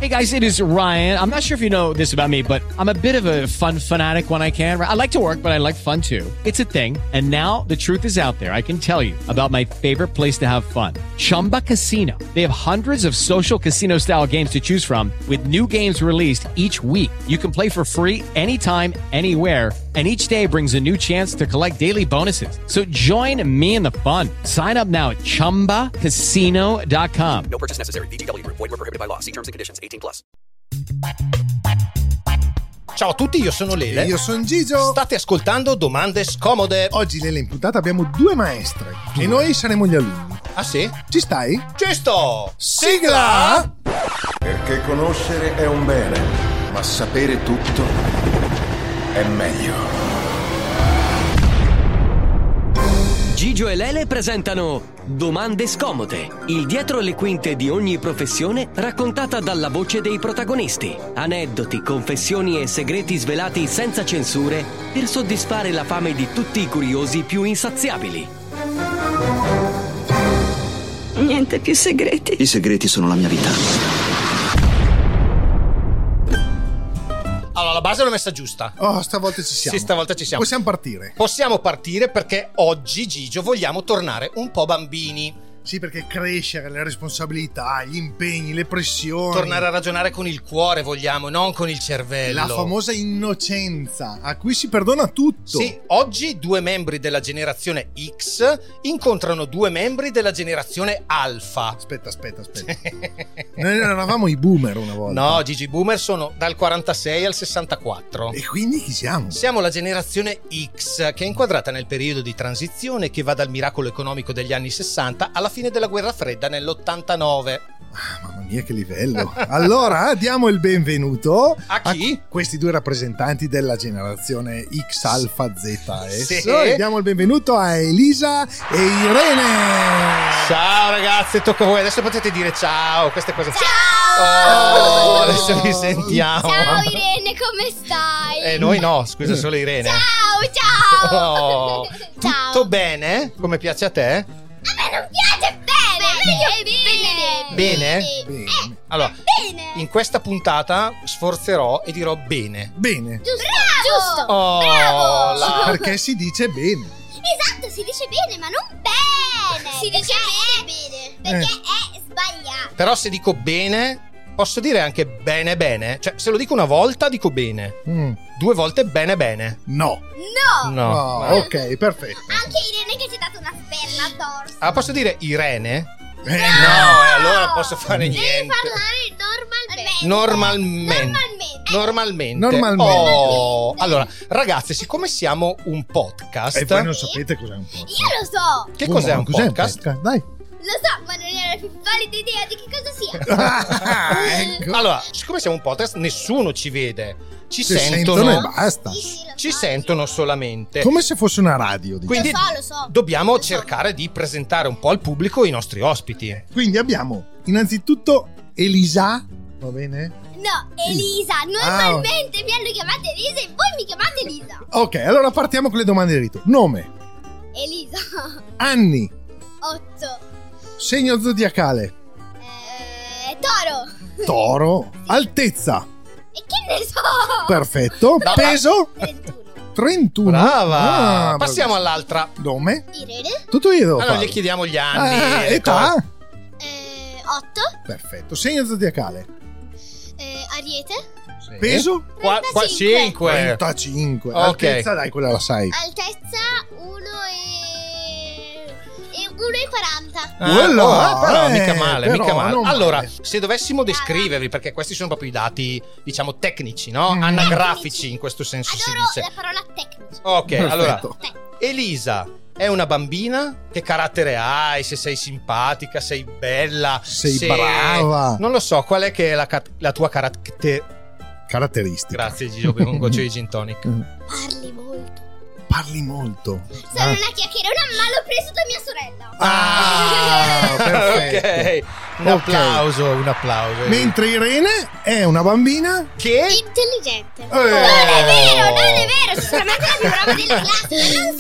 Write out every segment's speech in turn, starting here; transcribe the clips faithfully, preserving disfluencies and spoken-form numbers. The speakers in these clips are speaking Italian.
Hey guys, it is Ryan. I'm not sure if you know this about me, but I'm a bit of a fun fanatic when I can. I like to work, but I like fun too. It's a thing. And now the truth is out there. I can tell you about my favorite place to have fun. Chumba Casino. They have hundreds of social casino style games to choose from with new games released each week. You can play for free anytime, anywhere. And each day brings a new chance to collect daily bonuses. So join me in the fun. Sign up now at chumba casino dot com. No purchase necessary. V G W. Void where prohibited by law. See terms and conditions. eighteen plus. Ciao a tutti, io sono Lele. E io sono Gigio. State ascoltando Domande Scomode. Oggi Lele in puntata abbiamo due maestre due. E noi saremo gli alunni. Ah sì? Ci stai? Ci sto! Sigla! Perché conoscere è un bene, ma sapere tutto è meglio. Gigio e Lele presentano Domande Scomode, il dietro le quinte di ogni professione raccontata dalla voce dei protagonisti. Aneddoti, confessioni e segreti svelati senza censure per soddisfare la fame di tutti i curiosi più insaziabili. Niente più segreti. I segreti sono la mia vita. Allora, la base l'ho messa giusta. Oh, stavolta ci siamo. Sì, stavolta ci siamo. Possiamo partire. Possiamo partire perché oggi, Gigio, vogliamo tornare un po' bambini. Sì, perché crescere, le responsabilità, gli impegni, le pressioni. Tornare a ragionare con il cuore, vogliamo, non con il cervello. La famosa innocenza, a cui si perdona tutto. Sì, oggi due membri della generazione X incontrano due membri della generazione Alfa. Aspetta, aspetta, aspetta. Noi non eravamo i boomer una volta. No, Gigi, i boomer sono dal quarantasei al sessantaquattro. E quindi chi siamo? Siamo la generazione X, che è inquadrata nel periodo di transizione che va dal miracolo economico degli anni sessanta alla fine della guerra fredda nell'ottantanove. Ah, mamma mia, che livello. Allora diamo il benvenuto a chi? A questi due rappresentanti della generazione X Alfa Z S. Sì. E diamo il benvenuto a Elisa e Irene. Ciao ragazzi, tocca a voi. Adesso potete dire ciao, queste cose. Ciao! Oh, adesso vi sentiamo. Ciao Irene, come stai? Eh, noi no, scusa, solo Irene. Ciao, ciao. Oh, Ciao. Tutto bene? Come piace a te? A me non piace bene. Bene, bene. Bene? Bene. Eh, Allora, bene. in questa puntata sforzerò e dirò bene. Bene. Giusto. Giusto. Oh, Bravo. la- Perché si dice bene. Esatto, si dice bene, ma non bene. Si dice bene, bene. Perché Eh. è sbagliato. Però se dico bene, posso dire anche bene bene? Cioè, se lo dico una volta dico bene. Mm. Due volte bene bene. No. No. No. Oh, ok, perfetto. Anche Irene che ci ha dato una sberla addosso. Ah, posso dire Irene? Eh, No, e allora non posso fare Devi niente. parlare normalmente. Normalmente. Normalmente. Normalmente. Normalmente. Oh. Allora, ragazzi, siccome siamo un podcast, E voi non sapete cos'è un podcast. Io lo so. che Come, cos'è un cos'è podcast? Dai. Lo so, ma non ho la più pallida idea di che cosa sia. Ah, ecco. Allora, siccome siamo un podcast, nessuno ci vede. Ci Si sentono, sentono e basta. Sì, sì, lo ci so. sentono solamente. Come se fosse una radio. diciamo. Quindi Lo so, lo so. dobbiamo Lo so. cercare di presentare un po' al pubblico i nostri ospiti. Quindi abbiamo innanzitutto Elisa. Va bene? No, Elisa. Normalmente mi hanno chiamato Elisa e voi mi chiamate Elisa. Ok, allora partiamo con le domande di rito. Nome, Elisa. anni, otto. segno zodiacale, Eh, toro. toro, altezza. E che ne so? Perfetto. No, Peso trentuno. trentuno. Brava! Ah, Passiamo bravissima. all'altra. Nome? Irene. Tutto io devo Allora farlo. gli chiediamo gli anni. Ah, le età? cose. Eh, otto. Perfetto. Segno zodiacale. Eh, Ariete. Sì. Peso? Qua, qua cinque. trentacinque. Ok. Altezza, dai, quella la sai. Altezza uno e... e uno e quaranta. Ah, Quello, oh, però eh, mica male, però mica male. non Allora, male. se dovessimo descrivervi, perché questi sono proprio i dati, diciamo, tecnici, no? Mm. Anagrafici in questo senso si Adoro dice. la parola tecnici. Ok, Perfetto. allora, Te. Elisa è una bambina? Che carattere hai? Se sei simpatica, sei bella, Sei se- brava. Non lo so, qual è che è la, cat- la tua caratteristica? Caratteristiche. Grazie Gigio, bevo un goccio di gin tonic. Parli molto. Parli molto. Sono una chiacchierona, ma l'ho preso da mia sorella. Ah, perfetto. Ok. Un applauso, un applauso. Mentre Irene è una bambina che intelligente. Eh. Non è vero, non è vero, sicuramente la più brava della classe, ma non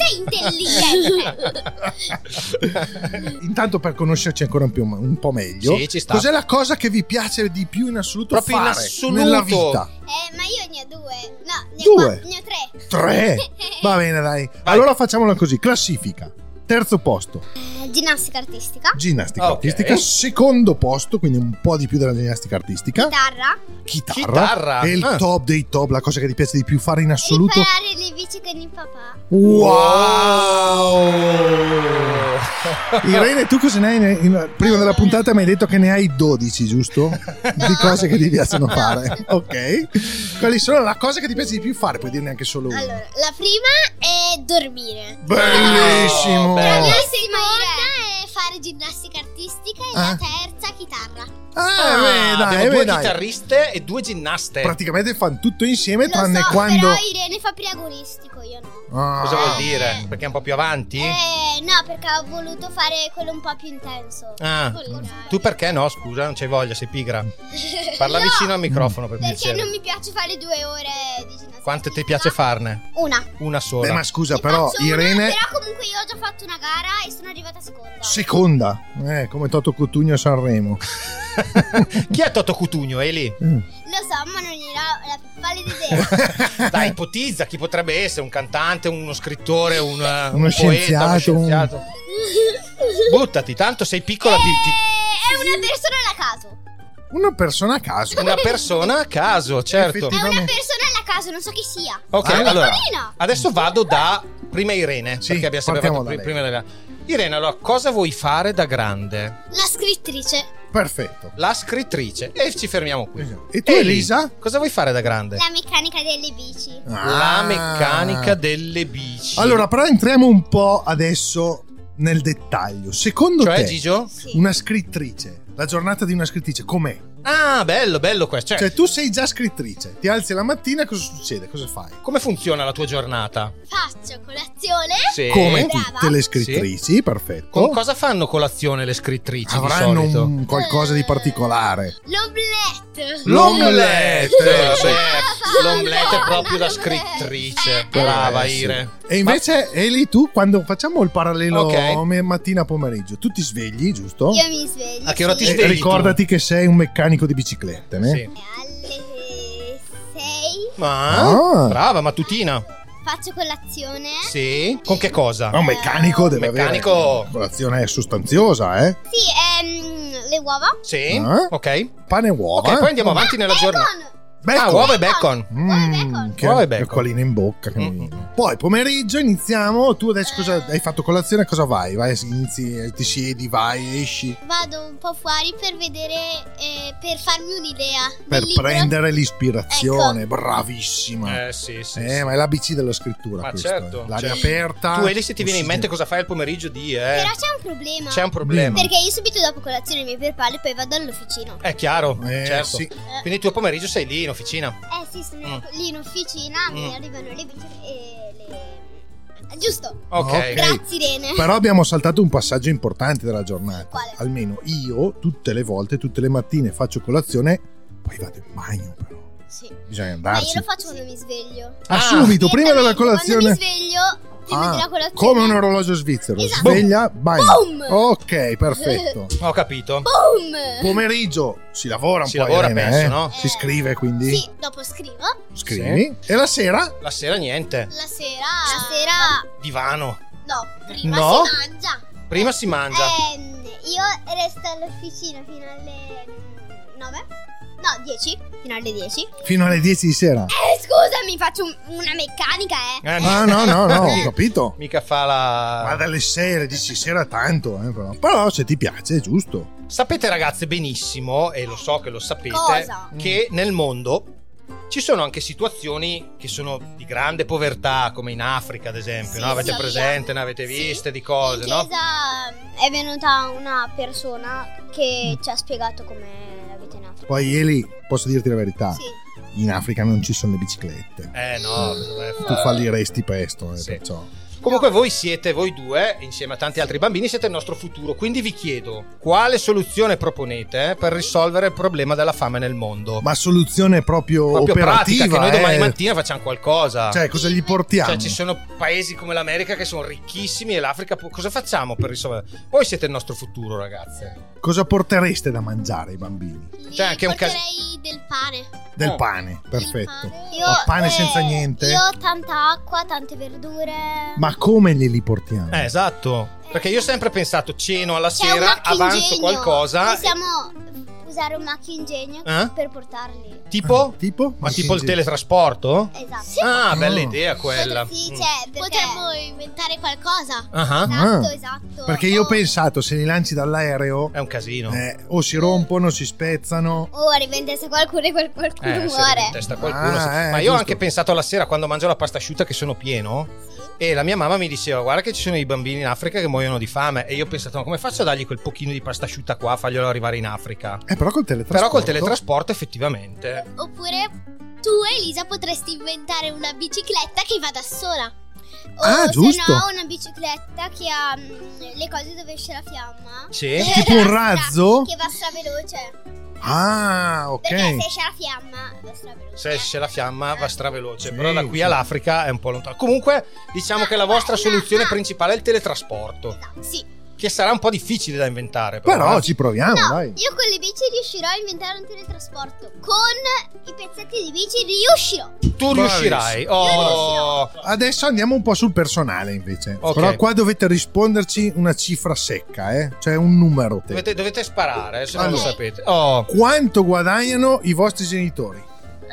sei intelligente. Intanto, per conoscerci ancora un, più, un po' meglio, sì, ci sta. Cos'è la cosa che vi piace di più in assoluto Proprio fare in assoluto. nella vita? Eh, ma io ne ho due. No, ne Due? ho, qua- ne ho tre. Tre? Va bene, dai. Allora facciamola così, classifica. Terzo posto, Eh, ginnastica artistica. ginnastica Ok. artistica. Secondo posto, quindi un po' di più della ginnastica artistica. Chitarra. Chitarra. Chitarra. E il Ah. top dei top, la cosa che ti piace di più fare in assoluto. Riparare le bici con il papà. Wow! Irene, tu cosa ne hai? in- in- prima della puntata mi hai detto che ne hai dodici, giusto? Di cose che ti piacciono fare. Ok. Quali sono la cosa che ti piace di più fare? Puoi dirne anche solo una. Allora, la prima è dormire. Bellissimo! La bello. seconda è fare ginnastica artistica e Ah. la terza chitarra. Ah, Ah, beh, dai, abbiamo beh, due dai. chitarriste e due ginnaste. Praticamente fanno tutto insieme, Lo tranne so, quando. però Irene fa preagonistico, io no. Ah. Cosa vuol dire? Perché è un po' più avanti? Eh, no, perché ho voluto fare quello un po' più intenso. Ah, Volgare. tu perché no? Scusa, non c'hai voglia, sei pigra. Parla No, vicino al microfono per Perché piacere. non mi piace fare due ore di ginnastica. Quante ti piace farne? Una. Una sola. Beh, ma scusa, Ne però, faccio una, Irene. però comunque io ho già fatto una gara e sono arrivata seconda. Seconda, eh, come Toto Cutugno a Sanremo. Chi è Toto Cutugno, Eli? Mm. Lo so, ma non era la più pallida idea. Dai, ipotizza chi potrebbe essere, un cantante, uno scrittore, un, un Uno poeta, uno scienziato, scienziato. Buttati, tanto sei piccola, ti, ti- È una persona alla caso. Una persona a caso. una persona a caso, certo. È una Effettivamente. persona alla caso, non so chi sia. Ok, Ah, allora piccolina. adesso vado da prima Irene, Sì, perché abbiamo sempre partiamo fatto da pri- lei. prima della Irene, allora cosa vuoi fare da grande? La scrittrice. Perfetto. La scrittrice. E ci fermiamo qui. E tu, Elisa? Cosa vuoi fare da grande? La meccanica delle bici. La Ah. meccanica delle bici. Allora, però entriamo un po' adesso nel dettaglio. Secondo Cioè, te, Gigio? Sì. una scrittrice, la giornata di una scrittrice, com'è? Ah, bello, bello questo. Cioè, Cioè, tu sei già scrittrice, ti alzi la mattina, cosa succede? Cosa fai? come funziona la tua giornata? Faccio colazione. Sì. Come Brava. tutte le scrittrici, perfetto. Con cosa fanno colazione le scrittrici Avranno di solito? un qualcosa di particolare. L'omelette. L'omelette. L'omelette. Beh, l'omelette è proprio da scrittrice. Brava, Eh, sì. Ire. E invece, Eli, tu quando facciamo il parallelo Ok. me- mattina-pomeriggio, tu ti svegli, giusto? Io mi sveglio. A che ora ti sì. svegli? E ricordati che sei un meccanico di biciclette, né? Sì. Alle sei Ma Ah. brava, mattutina. faccio colazione. Sì. Con che cosa? Ma un meccanico deve Meccanico. avere una colazione sostanziosa, eh? Sì, ehm, le uova. Sì. Ah. Ok. Pane e uova. Ok, poi andiamo avanti nella giornata. Bacon. Ah, Bacon. uova e bacon. Mm, bacon. che Uova e bacon. coccolina in bocca. che Mm. mi viene. Poi pomeriggio iniziamo. Tu adesso cosa hai fatto colazione? Cosa vai? Vai, inizi, ti siedi, vai, esci Vado un po' fuori per vedere, eh, per farmi un'idea. per del libro. prendere l'ispirazione. Ecco. Bravissima. Eh sì, sì. Eh, sì. ma è l'A B C della scrittura. Ma questo, certo, eh. L'aria certo. aperta. Tu, Eli, se ti viene in mente Sì. cosa fai al pomeriggio di, eh? Però c'è un problema. C'è un problema. Perché io subito dopo colazione mi preparo e poi vado all'officina. È chiaro, Eh, certo. sì. Quindi tu a pomeriggio sei lì in officina. Eh sì, sono Mm. lì in officina, mi Mm. arrivano le bici e le... Giusto. Ok. Ok. Grazie Irene. Però abbiamo saltato un passaggio importante della giornata. Quale? Almeno io, tutte le volte, tutte le mattine faccio colazione, poi vado in bagno, però. Sì. Bisogna Ma andarci. io lo faccio quando mi sveglio. Ah, subito, prima della colazione. Quando mi sveglio, prima Ah, della colazione. come un orologio svizzero. Esatto. Sveglia, bagno. Boom! Ok, perfetto. Ho capito. Boom! Pomeriggio si lavora un Si po'. lavora, Irene, penso, eh? no? Si scrive quindi. Sì, dopo scrivo. Scrivi. E la sera? La sera niente. La sera. La sera. Divano. No, prima No? si mangia. Prima si mangia. Ehm, io resto all'officina fino alle nove. No, dieci. Fino alle dieci. Fino alle dieci di sera. Eh, scusa, mi faccio un- una meccanica, eh. Eh, Ah, no, no, no, ho capito. Mica fa la... Ma dalle sei alle dieci di sera tanto, eh, però. Però se ti piace è giusto. Sapete, ragazze, benissimo, e lo so che lo sapete, Cosa? che nel mondo ci sono anche situazioni che sono di grande povertà, come in Africa, ad esempio, Sì, no? Avete sì. presente, ne avete Sì. viste di cose, In no? chiesa è venuta una persona che ci ha spiegato come la vita in Africa. Poi, Eli, posso dirti la verità. Sì. In Africa non ci sono le biciclette. Eh no, cosa vai a Tu fare? falliresti presto, eh, Sì. perciò. Comunque voi siete, voi due, insieme a tanti altri bambini, siete il nostro futuro. Quindi vi chiedo, quale soluzione proponete per risolvere il problema della fame nel mondo? Ma soluzione proprio, Proprio operativa, pratica, che noi domani eh. mattina facciamo qualcosa. Cioè, cosa gli portiamo? Cioè, ci sono paesi come l'America che sono ricchissimi e l'Africa, cosa facciamo per risolvere? Voi siete il nostro futuro, ragazze. Cosa portereste da mangiare ai bambini? Gli Cioè, anche un cas- porterei del pane. Del Oh. pane, perfetto. Io, Ma pane eh, senza niente? Io ho tanta acqua, tante verdure. Ma come glieli portiamo? Eh, esatto. Perché io ho sempre pensato, ceno alla C'è un sera, macchingegno. avanzo qualcosa. Possiamo usare un macchingegno Eh? per portarli. Tipo? Tipo? Ma tipo il teletrasporto? Esatto. Ah, bella Oh. idea quella. Sì, Mm. cioè, potremmo inventare qualcosa. Ah, Esatto, Ah. esatto. Perché io ho O- pensato, se li lanci dall'aereo, È un casino. eh, o si rompono, si spezzano. O arriva in testa qualcuno e quel- qualcuno Eh, se muore. in testa qualcuno. Ah, sì. eh, Ma io ho giusto. anche pensato alla sera quando mangio la pasta asciutta che sono pieno. E la mia mamma mi diceva, guarda che ci sono i bambini in Africa che muoiono di fame. E io ho pensato, ma come faccio a dargli quel pochino di pasta asciutta qua, a farglielo arrivare in Africa? Eh, però col teletrasporto. Però col teletrasporto effettivamente. Oppure tu, Elisa, potresti inventare una bicicletta che va da sola. O Ah, se giusto. no una bicicletta che ha mm, le cose dove esce la fiamma. Sì. Tipo un razzo? Che va straveloce. Ah, ok. Perché se esce la fiamma va straveloce. Se esce la fiamma va straveloce. Sì, Però da qui sì. all'Africa è un po' lontano. Comunque diciamo che la vostra soluzione principale è il teletrasporto. Sì. Che sarà un po' difficile da inventare. Però, Però eh. ci proviamo, No, dai. io con le bici riuscirò a inventare un teletrasporto. Con i pezzetti di bici riuscirò. Tu riuscirai. Oh. Adesso andiamo un po' sul personale invece. Ok. Però qua dovete risponderci una cifra secca, eh? Cioè un numero. Dovete, dovete sparare, eh, se non lo Allora. sapete. Oh. Quanto guadagnano i vostri genitori?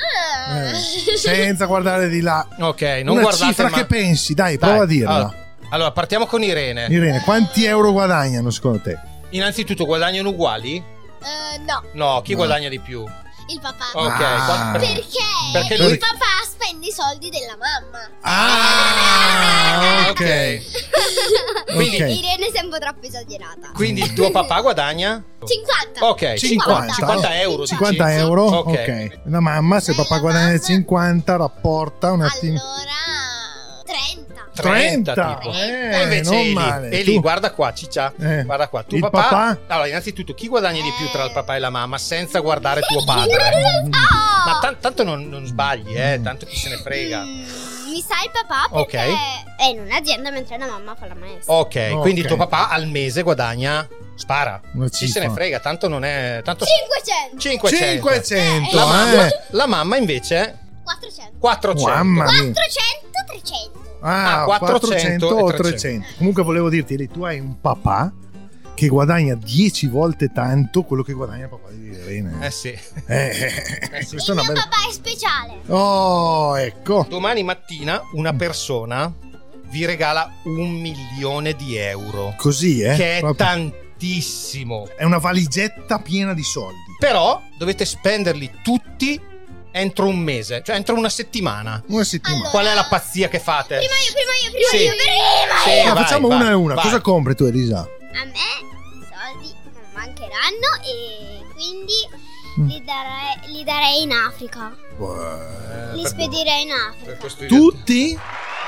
Ah. Eh, senza guardare di là. Ok, non una guardate cifra ma- che pensi, dai, Dai, prova a dirla. Allora, allora, partiamo con Irene. Irene, quanti euro guadagnano secondo te? Innanzitutto guadagnano uguali? Eh, no, No, chi No. guadagna di più? il papà. Ok, Ah. qua- Perché, Perché il lui- papà spende i soldi della mamma. Ah, ok. ok. Quindi, Ok. Irene è sempre troppo esagerata. quindi il tuo papà guadagna? cinquanta. Ok, cinquanta. cinquanta euro. dici? cinquanta euro? Ok. Ok. La mamma, se il Eh, papà la guadagna mamma- cinquanta, rapporta un attimo. Allora, trenta. trenta, trenta. tipo. Eh, E invece non Eli, male. Eli, Tu- guarda qua, ciccia. Eh. Guarda qua. Tu Il papà, papà? Allora, innanzitutto, chi guadagna di più tra il papà e la mamma senza guardare tuo Oh! padre? Ma tan- tanto non, non sbagli, eh, tanto chi se ne frega. Mm, mi sa il papà Ok. perché è in un'azienda mentre la mamma fa la maestra. Ok, Ok. quindi tuo papà al mese guadagna, spara. Una Chi cifra. se ne frega, tanto non è tanto cinquecento. cinquecento. cinquecento, La mamma, eh. la mamma invece quattrocento. quattrocento. Mamma mia. quattrocento, trecento. Ah, Ah, quattrocento quattrocento o e trecento. trecento. Comunque volevo dirti, Eli, tu hai un papà che guadagna dieci volte tanto quello che guadagna il papà di Irene. Eh sì. Eh, questa è Il una mio bella... papà è speciale. Oh, ecco. Domani mattina una persona vi regala un milione di euro. Così, eh? Che è Proprio- tantissimo. È una valigetta piena di soldi. Però dovete spenderli tutti entro un mese, cioè entro una settimana. Una settimana. Allora- Qual è la pazzia che fate? Prima io, prima io, prima Sì. io, prima Sì, io. Ah, vai, facciamo vai, una e una. vai. Cosa compri tu, Elisa? A me i soldi non mancheranno e quindi Mm. li, darei, li darei in Africa. Eh, Li per- spedirei in per Africa. questo io- Tutti?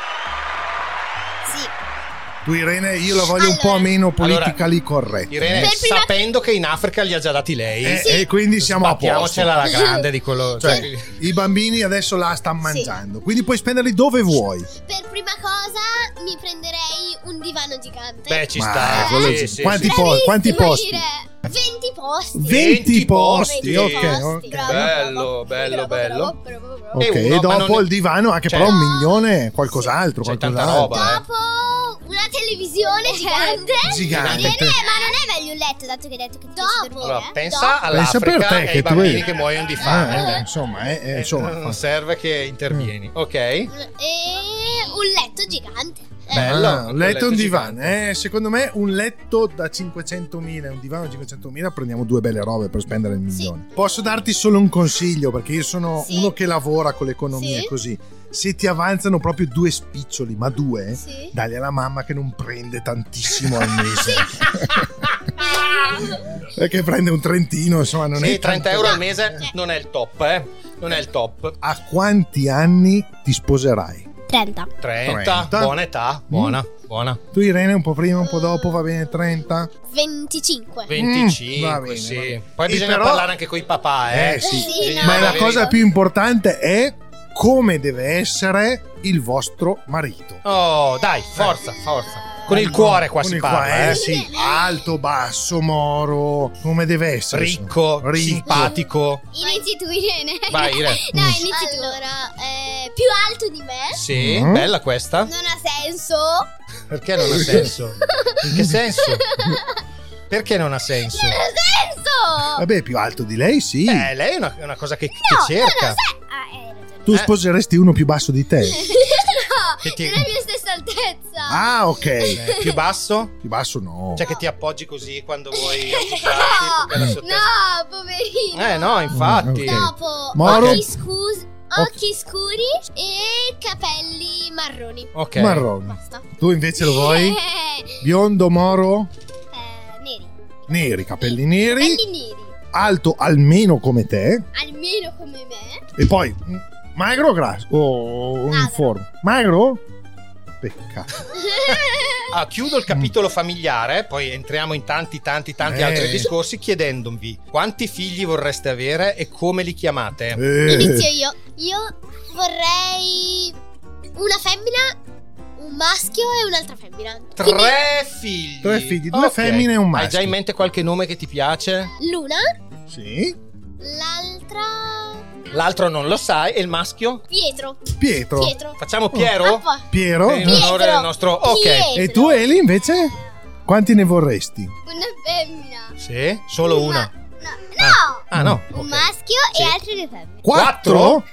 Sì. Tu, Irene, io la voglio un po' Allora- meno politically corretta. Irene, Per prima- sapendo che in Africa li ha già dati lei, Eh, E quindi siamo a posto. sbattiamocela alla grande di quello. Cioè, cioè, i bambini adesso la stanno mangiando, quindi puoi spenderli dove vuoi. Per prima cosa mi prenderei un divano gigante. beh, ci Ma, sta. quello sì, sì. sì, Quanti sì. po- quanti Bravissimo, posti? Ire. venti posti. venti posti, posti. ok, posti, ok. bravo, Bello, bravo. bello, Bravo, bello. bravo, bravo, bravo. Ok, E uno, e ma dopo non è- il divano anche Cioè- però un milione, qualcos'altro, C'è tanta qualcos'altro. roba, eh. Dopo una televisione gigante. Gigante. Irene, ma non è meglio un letto, dato che hai detto che tu ci dormire. Allora, pensa Pensa all'Africa per te e che ai tu bambini vedi. che muoiono di fame. Eh, insomma, eh, eh, Eh, insomma, non serve che intervieni, ok? E un letto gigante. Eh, Bello. Ah, un letto e un divano. gigante. Eh, secondo me un letto da cinquecentomila e un divano da cinquecentomila prendiamo due belle robe per spendere il milione. Posso darti solo un consiglio, perché io sono Sì. uno che lavora con l'economia Sì. così. Se ti avanzano proprio due spiccioli, ma due, Sì. dagli alla mamma che non prende tantissimo al mese. Perché prende un trentino, insomma, non Sì, è trenta tanto. euro al mese non è il top, eh? Non è il top. A quanti anni ti sposerai? trenta. trenta, trenta. buona età, buona, Mm. buona. Tu Irene un po' prima, un po' dopo, va bene trenta? venticinque. venticinque, Mm, va bene, sì. va bene. Poi E bisogna però- parlare anche con i papà, eh. Eh sì. Sì, Bisogna no. Ma la avere- cosa più importante è come deve essere il vostro marito. Oh, dai, forza, forza. Con il cuore qua Con si il parla, qua- eh. eh, sì. Alto, basso, moro, come deve essere. Ricco, Ricco. simpatico. Inizi tu, Irene. Vai, Irene. No, inizi tu. Allora, eh, più alto di me. Sì, Mm. bella questa. Non ha senso. Perché non ha senso? In che senso? Perché non ha senso? Non ha senso. Vabbè, più alto di lei, sì. Eh, lei è una, è una cosa che, che No, cerca. non ha senso. Ah, hai ragione. Tu eh. sposeresti uno più basso di te? No, Che ti- non è mia stessa altezza. Ah, ok. Eh, più basso? Più basso no. Cioè che ti appoggi così quando vuoi appoggiarti perché la sua testa- No, poverino. Eh no, infatti. Ok. Dopo, Moro? occhi, scus- occhi scuri e capelli marroni. Ok. Marrone. Basta. Tu invece lo vuoi? Eh, Biondo, moro, eh, neri. neri, capelli neri, Capelli neri. alto almeno come te. Almeno come me. E poi mm, magro o grasso? O in Magro. forma? Magro? Peccato. Ah, chiudo il capitolo familiare, poi entriamo in tanti, tanti, tanti Eh. altri discorsi chiedendovi quanti figli vorreste avere e come li chiamate. Eh. Inizio io. Io vorrei una femmina, un maschio e un'altra femmina. Quindi Tre figli. Tre figli, due Ok. femmine e un maschio. Hai già in mente qualche nome che ti piace? Luna, Sì. l'altra L'altro non lo sai. E il maschio? Pietro. Pietro. Pietro. Facciamo Piero? Appa. Piero. In onore del nostro... Ok. Pietro. E tu Eli invece? Quanti ne vorresti? Una femmina. Sì? Solo una? No, no. Ah no. Un ok. maschio Sì. e altre due femmine. Quattro? Oh,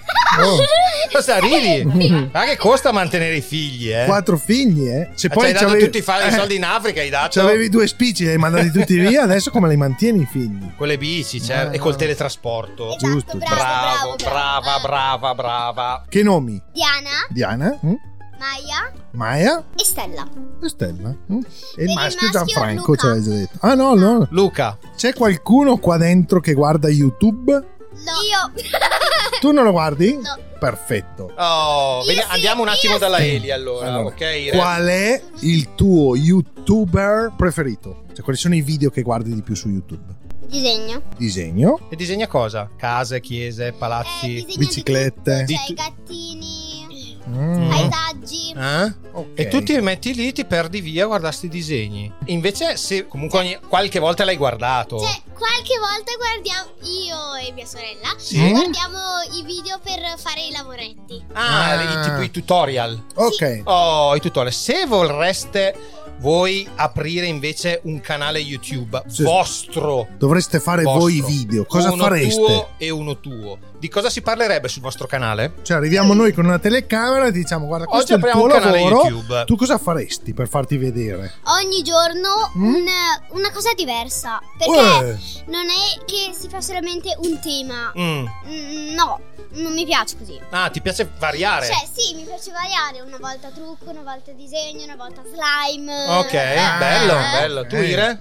Cosa ridi? Ma che costa mantenere i figli, eh? quattro figli, eh? Se Ah, poi ci hai dato c'avevi- tutti i fa- i eh, soldi in Africa, hai dato? c'avevi due spicci, li hai mandati tutti via, adesso come li mantieni i figli? Con le bici, certo. Ah. E col teletrasporto. Esatto, Giusto, bravo, Bravo, bravo, brava, brava, brava. Che nomi? Diana, Diana? mm? Maya Maia? e Stella. E Stella? mm? E il il maschio maschio Gianfranco, Luca. ce l'hai già detto. Ah no, no. Luca. C'è qualcuno qua dentro che guarda YouTube? No. Io. Tu non lo guardi? No. Perfetto. Oh, Io vedi- sì, andiamo un attimo io dalla sì. Eli allora, Allora, ok? Ire? qual è il tuo YouTuber preferito? Cioè, quali sono i video che guardi di più su YouTube? Disegno. Disegno? E disegna cosa? Case, chiese, palazzi. Eh, disegno biciclette. Di Di tutto, tu- cioè, gattini, Mm. paesaggi. Eh? Ok. E tu ti metti lì, ti perdi via a guardare sti disegni. Invece, se comunque ogni, qualche volta l'hai guardato. Cioè, qualche volta guardiamo, io e mia sorella, Sì? guardiamo i video per fare i lavoretti. Ah, Ah. i- tipo i tutorial. Ok. Oh, i tutorial. Se vorreste voi aprire invece un canale YouTube Sì. vostro, Dovreste fare vostro, voi i video. Cosa uno fareste? tuo e uno tuo. Di cosa si parlerebbe sul vostro canale? Cioè, arriviamo noi con una telecamera e ti diciamo: guarda, questo Oggi è il apriamo tuo un canale lavoro. YouTube. Tu cosa faresti per farti vedere? Ogni giorno Mm? un- una cosa diversa. Perché Eh, non è che si fa solamente un tema. Mm. Mm, no, non mi piace così. Ah, ti piace variare? Cioè, sì, mi piace variare. Una volta trucco, una volta disegno, una volta slime. Ok, Eh, bello, eh. bello. Tu Eh. Ire?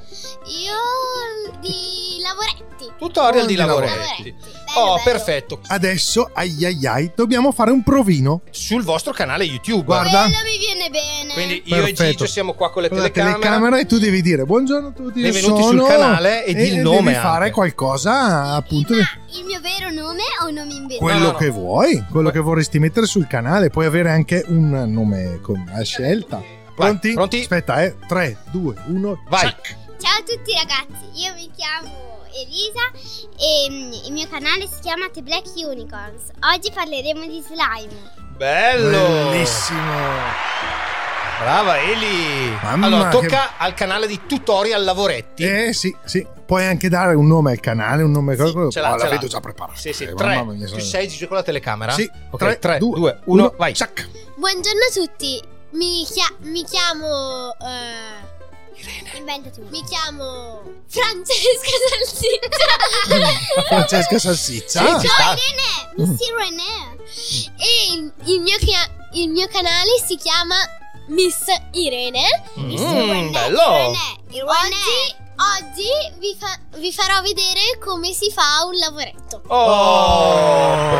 Io di lavoretti. Tutorial di Di lavoretti. lavoretti. Bello, Oh, bello. perfetto. adesso, ai ai ai, dobbiamo fare un provino. Sul vostro canale YouTube. Guarda. Quello mi viene bene. Quindi io Perfetto. e Gigio siamo qua con le Con la telecamere. telecamera e tu devi dire: buongiorno a tutti, io Benvenuti sono... sul canale e di il nome devi fare anche. qualcosa, appunto, di- Ma il mio vero nome o un nome inventato? quello No, no. che vuoi, quello che vorresti mettere sul canale. Puoi avere anche un nome con a scelta. Pronti? pronti? Aspetta, eh. tre, due, uno, Vai. Ciao a tutti ragazzi, io mi chiamo Elisa e mm, il mio canale si chiama The Black Unicorns. Oggi parleremo di slime. Bello. Bellissimo. Brava Eli. Mamma, allora, tocca che- al canale di tutorial lavoretti. Eh sì, sì. Puoi anche dare un nome al canale, un nome Sì, quello- ce l'ha, Oh, ce la l'ha. vedo già preparata. Sì, sì. Eh, Tre. mamma mia, Tu sono- sei Gigio con la telecamera? Sì. Ok, tre, due, uno, vai. Ciac. Buongiorno a tutti, mi, chia- mi chiamo... eh, Irene. Inventati uno. Mi chiamo Francesca Salsiccia. Francesca Salsiccia. Sì, Ah, ci No, sta. Irene, Miss Irene. E il, il mio chia- il mio canale si chiama Miss Irene. Miss Mm, Irene. bello. Irene. Irene. Oggi, oggi vi, fa- vi farò vedere come si fa un lavoretto. Oh, brava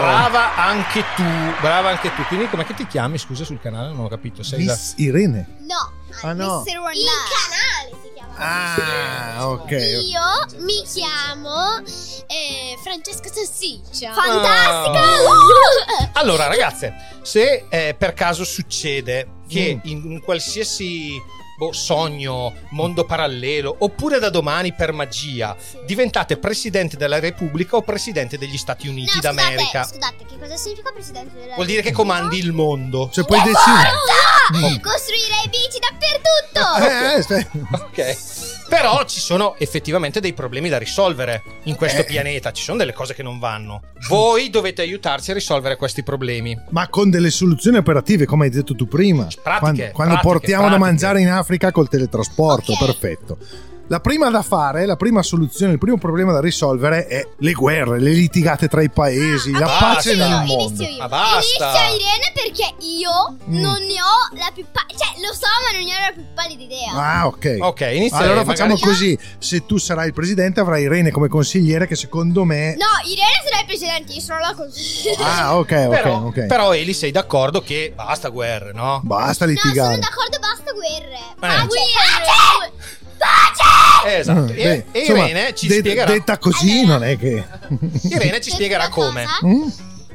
brava anche tu, brava anche tu. Quindi com'è che ti chiami, scusa, sul canale? Non ho capito. Sei Miss Irene. No, Ah, no. mister World. Il canale si chiama. Ah, ok. Io mi chiamo eh, Francesca Salsiccia. Fantastica! Uh! Allora, ragazze, se eh, per caso succede che Mm. in un qualsiasi boh, sogno, mondo parallelo, oppure da domani per magia diventate presidente della Repubblica o presidente degli Stati Uniti No, d'America, scusate, scusate, che cosa significa presidente della vuol dire che comandi il mondo. Cioè puoi decidere. Forza! Costruirei bici dappertutto! Eh, eh, aspetta. Ok. Però ci sono effettivamente dei problemi da risolvere in questo Eh. pianeta, ci sono delle cose che non vanno. Voi dovete aiutarci a risolvere questi problemi. Ma con delle soluzioni operative, come hai detto tu prima. Pratiche, quando quando pratiche, portiamo pratiche. da mangiare in Africa col teletrasporto, Ok. perfetto. La prima da fare, la prima soluzione, il primo problema da risolvere è le guerre, le litigate tra i paesi, la basta. pace nel Inizio mondo. io. Ma basta. Inizia Irene perché io Mm. non ne ho la più pa- cioè lo so ma non ne ho la più pallida idea. Ah, ok. Ok, inizia Allora lei, facciamo magari- così: se tu sarai il presidente, avrai Irene come consigliere, che secondo me. No, Irene sarà il presidente, io sono la consigliere. Ah, ok, ok, Però, ok. però Eli, sei d'accordo che basta guerre, no? Basta No, litigare. sono d'accordo, basta guerre. Pace, Eh. pace! Pace! Eh, esatto. Mm, E, beh, e insomma, Irene ci de- spiegherà. Detta così non è che. Irene ci Per spiegherà prima come. cosa, Mm?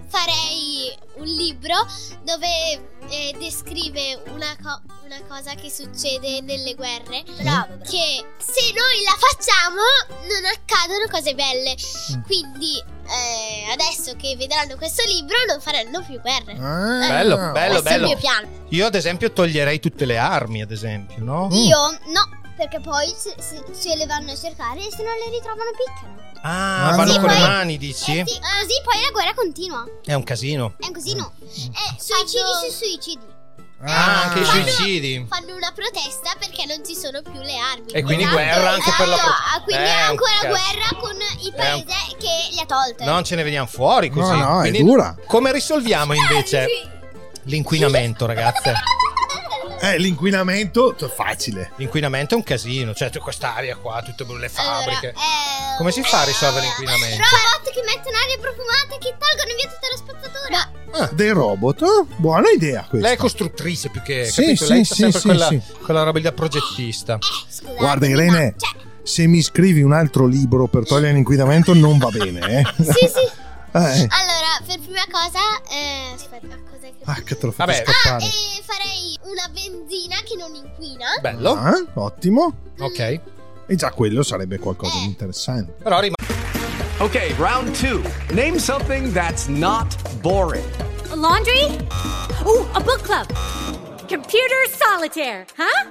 farei un libro dove eh, descrive una, co- una cosa che succede nelle guerre. Bravo, Che se noi la facciamo non accadono cose belle. Quindi eh, adesso che vedranno questo libro non faranno più guerre. Ah, Bello, bello, Questo è il bello. mio piano. Io ad esempio toglierei tutte le armi, ad esempio, no? Io no, perché poi se, se- se le vanno a cercare e se non le ritrovano piccano. Ah, Ah, vanno sì, con le poi- mani, dici? Eh sì, così poi la guerra continua. È un casino. È un casino. Eh, suicidi su suicidi. Ah, anche i Fanno- suicidi. Fanno una protesta perché non ci sono più le armi. E quindi Esatto, guerra anche per la esatto. pro- Ah, quindi Eh, è un ancora cazzo. guerra con il È un- paese che li ha tolte. Non ce ne veniamo fuori così. No, no, è Quindi dura. Come risolviamo invece l'inquinamento, ragazze? Eh, l'inquinamento è facile. L'inquinamento è un casino, cioè c'è quest'aria qua, tutte le fabbriche. Allora, eh, Come si fa a risolvere eh, l'inquinamento? Robot che mettono aria profumata che tolgono via tutta la spazzatura. Ah, Dei robot? Oh, buona idea questa. lei è costruttrice più che Sì, capito? sì, Lei c'ha sì, sempre sì, quella, sì. quella roba lì da progettista. Eh, scusate, Guarda, Irene, ma- cioè, se mi scrivi un altro libro per togliere l'inquinamento non va bene, eh? sì, sì. Eh. Allora, per prima cosa, eh, aspetta, cos'è che Ah, che te l'ho fatto Vabbè. Ah, scappare. e farei una benzina che non inquina. Bello. Ah, ottimo. Ok. E già quello sarebbe qualcosa di interessante. Però rimane Okay, round two. Name something that's not boring. A laundry? Ooh, a book club. Computer solitaire, huh?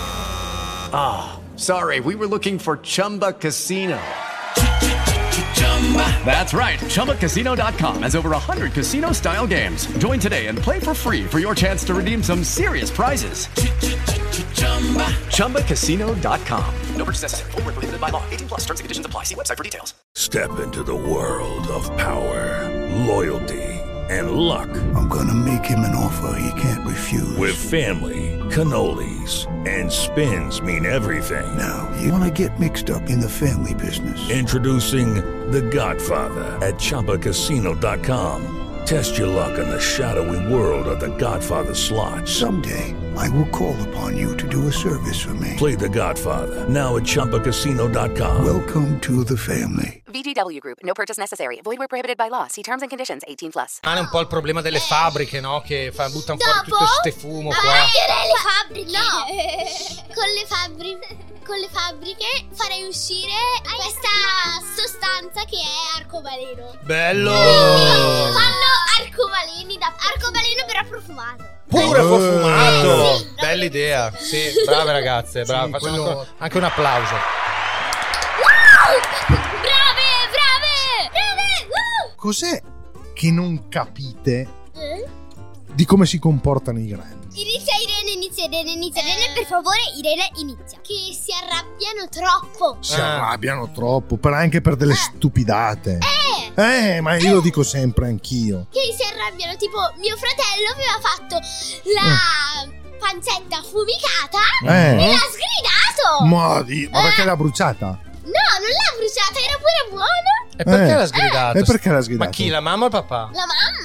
Ah, sorry, we were looking for Chumba Casino. That's right. Chumba Casino dot com has over one hundred casino-style games. Join today and play for free for your chance to redeem some serious prizes. Chumba Casino dot com. No purchase necessary. Void where prohibited by law. eighteen plus terms and conditions apply. See website for details. Step into the world of power, loyalty, and luck. I'm gonna make him an offer he can't refuse. With family, cannolis, and spins mean everything. Now, you wanna get mixed up in the family business. Introducing The Godfather at Chumba Casino dot com. Test your luck in the shadowy world of The Godfather slot. Someday, I will call upon you to do a service for me. Play The Godfather now at Chumba Casino dot com. Welcome to the family. V G W Group. No purchase necessary. Void where prohibited by law. See terms and conditions. eighteen plus. è un po' il problema delle fabbriche, no? Che fa, buttano fuori Dopo? tutto ste fumo Ah, qua. le fabbriche. No. Con le fabbriche con le fabbriche farei uscire questa sostanza che è arcobaleno. Bello! Quindi fanno arcobaleni da arcobaleno però profumato. Pure profumato! Sì, Bella idea. Sì, brave ragazze, brave. Sì, Facciamo quello- anche- anche un applauso. Wow! Brave, brave! Brave! Wow! Cos'è che non capite Eh? di come si comportano i grandi? Inizia Irene, inizia Irene, inizia Irene, per favore Irene inizia. Che si arrabbiano troppo. Si arrabbiano troppo, per anche per delle stupidate. Eh! Eh, ma io lo dico sempre anch'io. Che si arrabbiano, tipo mio fratello aveva fatto la pancetta affumicata Eh. e l'ha sgridato. Ma, di- ma perché Eh. l'ha bruciata? No, non l'ha bruciata, era pure buona. E perché Eh. l'ha sgridato? E perché l'ha sgridato? Ma chi, la mamma o il papà? La mamma.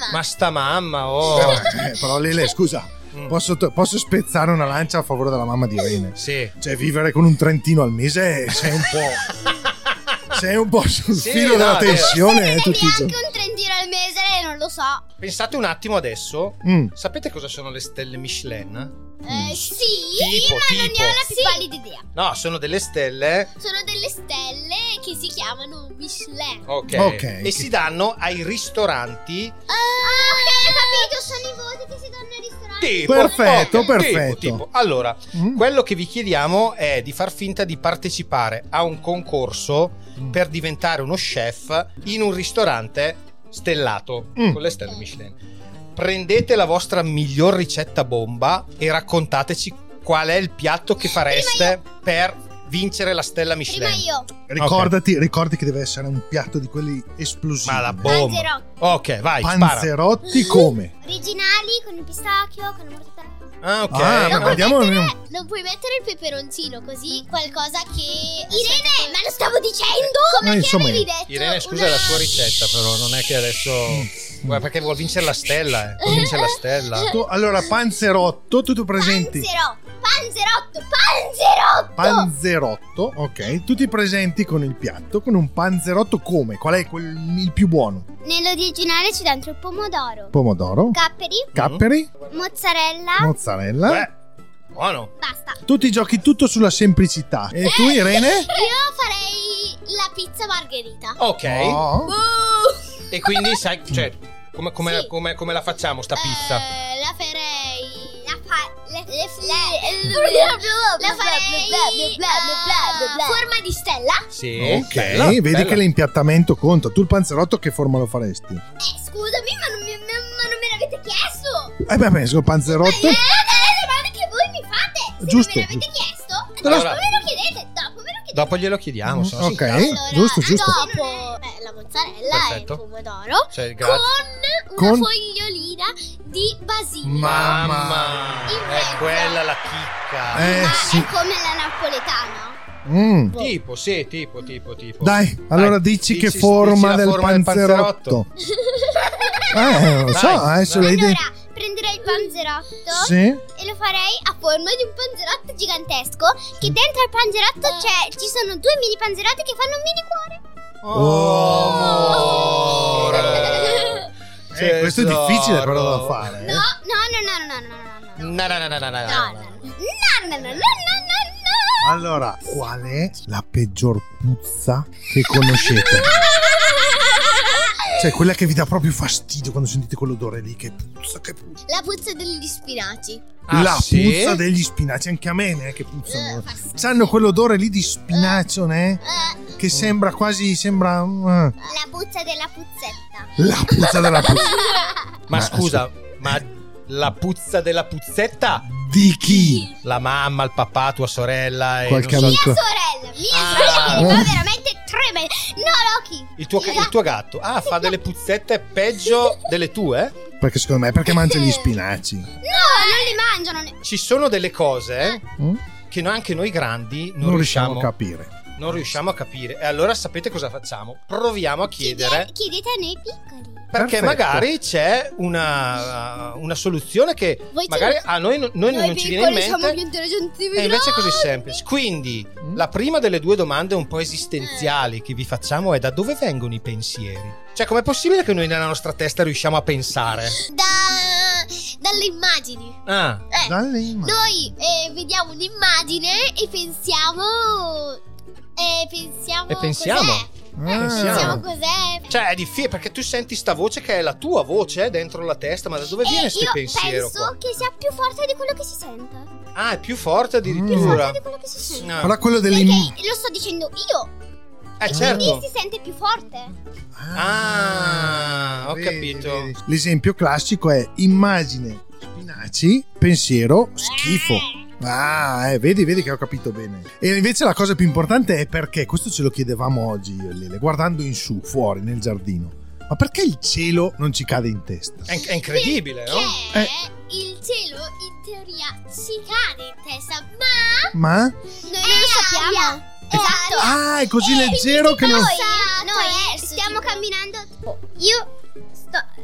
Ma sta mamma, oh. Però, eh, però Lele, scusa, mm. posso, posso spezzare una lancia a favore della mamma di Irene? Sì. Cioè, vivere con un trentino al mese sei un po'. Sei un po' sul Sì, filo no, della vero. tensione, eh, Forse tutti i neanche giorni. un trentino al mese, lei non lo so. Pensate un attimo adesso. Mm. Sapete cosa sono le stelle Michelin? Eh, sì, Tipo, ma non tipo. ne ho la più pallida idea. No, sono delle stelle. Sono delle stelle che si chiamano Michelin. Ok. Ok. E si danno ai ristoranti. Ah, ok, capito, sono i voti che si danno ai ristoranti. Tipo, Perfetto, ok, perfetto. tipo, tipo. Allora, Mm. quello che vi chiediamo è di far finta di partecipare a un concorso Mm. per diventare uno chef in un ristorante stellato Mm. con le stelle Michelin. Prendete la vostra miglior ricetta bomba e raccontateci qual è il piatto che fareste per vincere la stella Prima Michelin. io. Ricordati, ricordi che deve essere un piatto di quelli esplosivi. Ma la bomba. Panzerotti. Ok, vai, spara. Panzerotti come? Originali con il pistacchio, con il mortadella. Ah, ok. Ah, Non ma puoi, andiamo- mettere, non puoi mettere il peperoncino, così qualcosa che... Irene, ma lo stavo dicendo! Come Eh, che insomma, avevi detto? Irene, scusa, Una- è la sua ricetta, però non è che adesso. Guarda, perché vuol vincere la stella, eh. Vuol vincere la stella. Tu- allora, panzerotto, tu ti presenti. Panzerotto, panzerotto, panzerotto! Panzerotto, ok. Tu ti presenti con il piatto, con un panzerotto come? Qual è quel, il più buono? Nell'originale c'è dentro il pomodoro, Pomodoro, capperi, capperi, mozzarella, mozzarella. Beh, buono. basta. Tu ti giochi tutto sulla semplicità. E tu, Irene? Io farei la pizza margherita. Ok. Oh. Uh, E quindi sai, cioè, come, come, Sì. come, come la facciamo sta pizza? eh, la farei... La, fa, le, le, le, la farei a forma di stella. Sì. Ok, bella, vedi bella. che l'impiattamento conta. Tu il panzerotto che forma lo faresti? Eh, scusami, ma non, mi, ma non me l'avete chiesto. Eh beh, penso il panzerotto. Eh, eh, le domande che voi mi fate. Se Giusto, non me l'avete giusto. chiesto, Allora- dopo me lo chiedete. Dopo me lo chiedete. Dopo glielo chiediamo. se no si Ok. incazza. Allora, giusto, giusto. Dopo eh, la mozzarella Perfetto. e il pomodoro Cioè, grazie. con una Con- fogliolina di basilico. Mamma, In è mezzo. quella la chicca. Eh Ma sì. è come la napoletana. Mm. Tipo, sì, tipo, tipo, tipo. Dai, allora dici che dici- forma dici la del forma del panzerotto. Eh, non lo so, Dai, adesso dai. le idee. Allora, prenderei il panzerotto Sì. e lo farei a forma di un panzerotto gigantesco. Che dentro al panzerotto c'è, ci sono due mini panzerotti che fanno un mini cuore. Oh, amore. Eh, questo è Tesoro. difficile però da fare. No, eh. no, no, no, no, no, no, no. No, no, no, no, no, no, No, no. no, no, no, no, no, no, no. Allora, qual è la peggior puzza che conoscete? Cioè, quella che vi dà proprio fastidio quando sentite quell'odore lì. Che puzza, che puzza. La puzza degli spinaci. Ah, la sì? puzza degli spinaci, anche a me, ne, che puzzano. Sanno quell'odore lì di spinacio, ne? Eh, Che sembra quasi, sembra... uh, la puzza della puzzetta. la puzza della puzza. Ma Ma scusa, ma la puzza della puzzetta? Di chi? La mamma, il papà, tua sorella e Qualche non so- amico. Mia sorella, mia Ah. sorella che mi fa veramente tremendo. No, Loki. il tuo, il tuo gatto. Ah, fa delle puzzette peggio delle tue? Perché secondo me, perché mangia gli spinaci. No, non li mangiano. ne- Ci sono delle cose Mm? che no- anche noi grandi non, Non riusciamo riusciamo a capire. non riusciamo a capire. E allora sapete cosa facciamo? Proviamo a chiedere. Chiedete a noi piccoli. Perché Perfetto. magari c'è una, una soluzione che Voi magari siete- a noi, non- noi Noi non ci viene in piccoli siamo più mente. intelligenti. E invece è così semplice. Quindi, la prima delle due domande un po' esistenziali che vi facciamo è: da dove vengono i pensieri? Cioè, com'è possibile che noi nella nostra testa riusciamo a pensare? Da... dalle immagini. Ah, Eh, Dalle immagini. noi eh, vediamo un'immagine e pensiamo... E pensiamo... E pensiamo. Cos'è? Ah. Pensiamo cos'è. cioè è difficile perché tu senti sta voce che è la tua voce eh, dentro la testa, ma da dove viene E questo io pensiero penso qua? che sia più forte di quello che si sente. Ah, è più forte addirittura. Di quello che si sente. No. Però quello delle Perché im- lo sto dicendo io. Eh E certo. quindi si sente più forte. Ah, ho Vedi, capito. vedi. L'esempio classico è immagine, spinaci, pensiero, schifo. Ah, eh, vedi, vedi che ho capito bene. E invece la cosa più importante è perché, questo ce lo chiedevamo oggi io e Lele, guardando in su, fuori, nel giardino. Ma perché il cielo non ci cade in testa? È, è incredibile, no? Perché Eh. il cielo in teoria ci cade in testa, ma Ma? noi non lo sappiamo. Esatto. Ah, è così leggero che non... Noi, noi stiamo camminando. Io sto,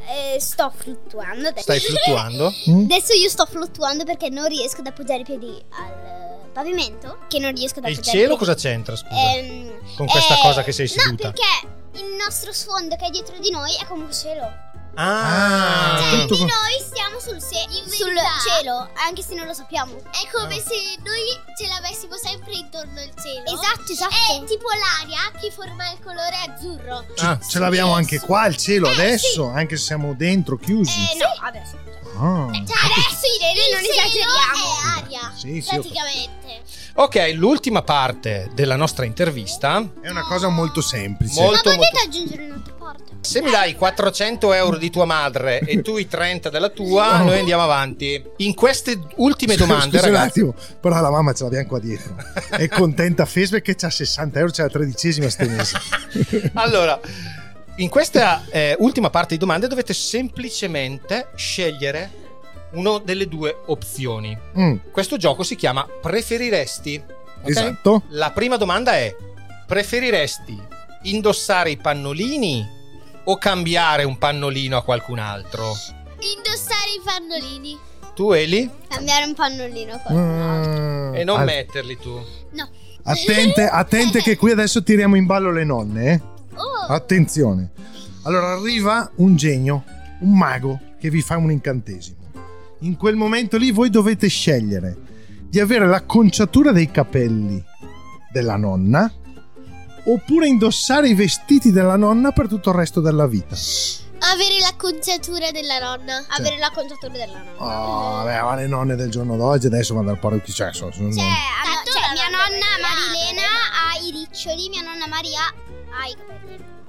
Eh, sto fluttuando adesso. Stai fluttuando? Adesso io sto fluttuando perché non riesco ad appoggiare i piedi al pavimento. Che non riesco ad E il appoggiare cielo i piedi. cosa c'entra, scusa? Ehm, Con questa eh, cosa che sei No, seduta. perché il nostro sfondo che è dietro di noi è comunque cielo. Ah, Cioè, tutto di con- noi stiamo sul, se- sul cielo, anche se non lo sappiamo. È come se noi ce l'avessimo sempre intorno al cielo. Esatto, esatto. È tipo l'aria che forma il colore azzurro. Ah, Ce l'abbiamo anche qua il cielo Eh, adesso, anche se siamo dentro chiusi. Eh, no, adesso. Ah. Cioè, adesso Irene, non esageriamo. È aria, Sì, sì, praticamente. Ok, l'ultima parte della nostra intervista. È una cosa molto semplice. Molto, Ma potete molto- aggiungere un'altra parte? Se mi dai quattrocento euro di tua madre e tu i trenta della tua, No. noi andiamo avanti. In queste ultime domande, Scusa un ragazzi. attimo, però la mamma ce l'abbiamo qua dietro. È contenta Facebook che c'ha sessanta euro, c'è la tredicesima ste mese. Allora, in questa eh, ultima parte di domande dovete semplicemente scegliere una delle due opzioni. Mm, Questo gioco si chiama Preferiresti. ok? Esatto. La prima domanda è: preferiresti indossare i pannolini o cambiare un pannolino a qualcun altro? Indossare i pannolini. Tu, Eli? Cambiare un pannolino qua. Mm, E non al- metterli tu. No. Attente, attente che qui adesso tiriamo in ballo le nonne. eh. Oh. Attenzione. Allora arriva un genio, un mago che vi fa un incantesimo. In quel momento lì voi dovete scegliere di avere l'acconciatura dei capelli della nonna oppure indossare i vestiti della nonna per tutto il resto della vita. Avere l'acconciatura della nonna. Avere l'acconciatura della nonna. Oh, vabbè, ma le nonne del giorno d'oggi adesso vanno al parrucchiere. Cioè, sono, sono- Cioè, hanno- cioè, mia nonna Marilena ha i riccioli, mia nonna Maria ha i capelli.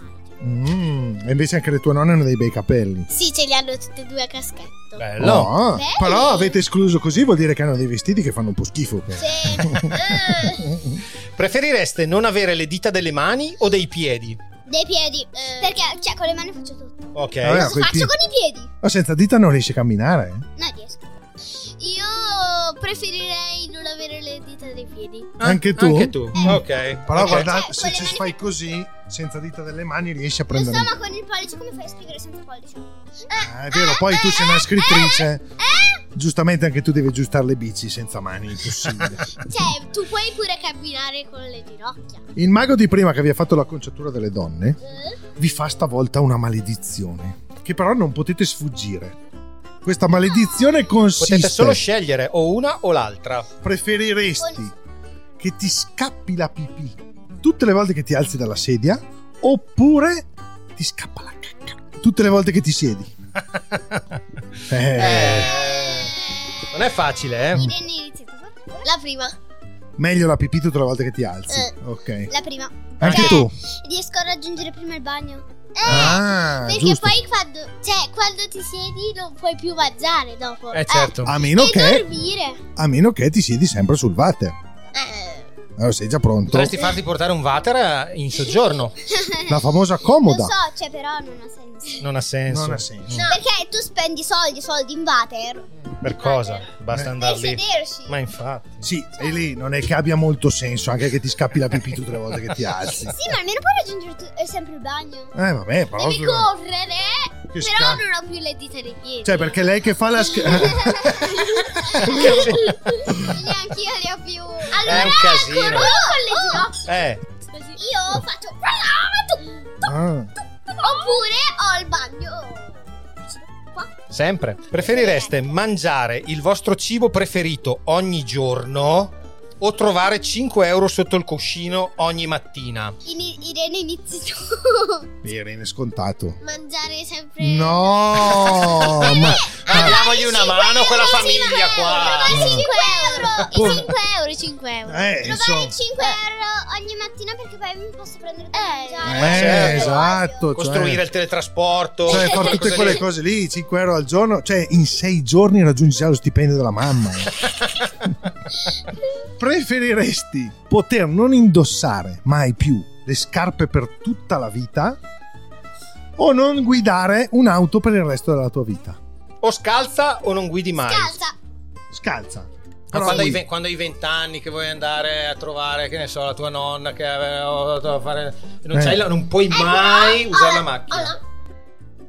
Mm, e invece anche le tue nonne hanno dei bei capelli. Sì, ce li hanno tutte e due a caschetto. Bello. No, Belli. però avete escluso così, vuol dire che hanno dei vestiti che fanno un po' schifo. Sì. Eh, Preferireste non avere le dita delle mani o dei piedi? dei piedi. Perché, cioè, con le mani faccio tutto. Ok. Vabbè, Cosa quei faccio pie- con i piedi? Ma senza dita non riesci a camminare. eh? No, riesco. Io preferirei non avere le dita dei piedi. Anche tu? Anche tu. Ok. Però Ok. guarda, Cioè, se con le ci mani- fai così, senza dita delle mani, riesci a Lo so, prendere. ma con il pollice come fai a scrivere senza pollice? Ah, è vero, poi tu sei una scrittrice. Giustamente anche tu devi aggiustare le bici senza mani, impossibile. Cioè, tu puoi pure camminare con le ginocchia. Il mago di prima che vi ha fatto l'acconciatura delle donne Eh? vi fa stavolta una maledizione che però non potete sfuggire. Questa maledizione consiste: Potete solo scegliere o una o l'altra. preferiresti che ti scappi la pipì tutte le volte che ti alzi dalla sedia oppure ti scappa la cacca tutte le volte che ti siedi? eh. Eh, non è facile, eh? Irene, inizia tu. La prima. Meglio la pipì tutte le volte che ti alzi. Eh. Ok. La prima. Anche Perché tu? riesco a raggiungere prima il bagno. Eh, Ah, perché giusto. poi quando, cioè, quando ti siedi non puoi più mangiare dopo. Eh, certo. A meno e che dormire. a meno che ti siedi sempre sul water. Eh. Allora sei già pronto? Potresti farti portare un water in soggiorno. La famosa comoda. Lo so, cioè, però non ha senso. Non ha senso. Non ha senso. No, perché tu spendi soldi, soldi in water. Per cosa? Basta Eh. andare Per lì. sedersi. Ma infatti. Sì, e lì non è che abbia molto senso anche che ti scappi la pipì tutte le volte che ti alzi. Sì, ma almeno puoi raggiungere tu- eh, sempre il bagno. Eh vabbè, però Devi correre, Che però sca- non ho più le dita dei piedi. cioè perché lei che fa la sch- Neanche io le ho più. Allora, È un casino. corro con le ginocchia. Eh, Io faccio. Ah. Oppure ho il bagno. Qua. sempre. Preferireste mangiare il vostro cibo preferito ogni giorno o trovare cinque euro sotto il cuscino ogni mattina? In- Irene, inizi tu. Irene, scontato. Mangiare sempre. No, ma Ah, diamogli una mano a quella famiglia qua. I cinque euro. Come? I cinque euro, i cinque euro. Eh, Trovare insomma. cinque euro ogni mattina perché poi mi posso prendere da mangiare. Eh, certo. esatto, Costruire cioè, il teletrasporto. cioè fare tutte cose quelle lì. cose lì, cinque euro al giorno, cioè in sei giorni raggiungi già lo stipendio della mamma. Preferiresti poter non indossare mai più le scarpe per tutta la vita o non guidare un'auto per il resto della tua vita? O scalza o non guidi mai. Scalza. Scalza. Ma Però quando, hai, guidi. ve- quando hai vent'anni che vuoi andare a trovare, che ne so, la tua nonna che aveva da fare, non, Eh. c'hai la- non puoi mai usare la macchina. Oh, no.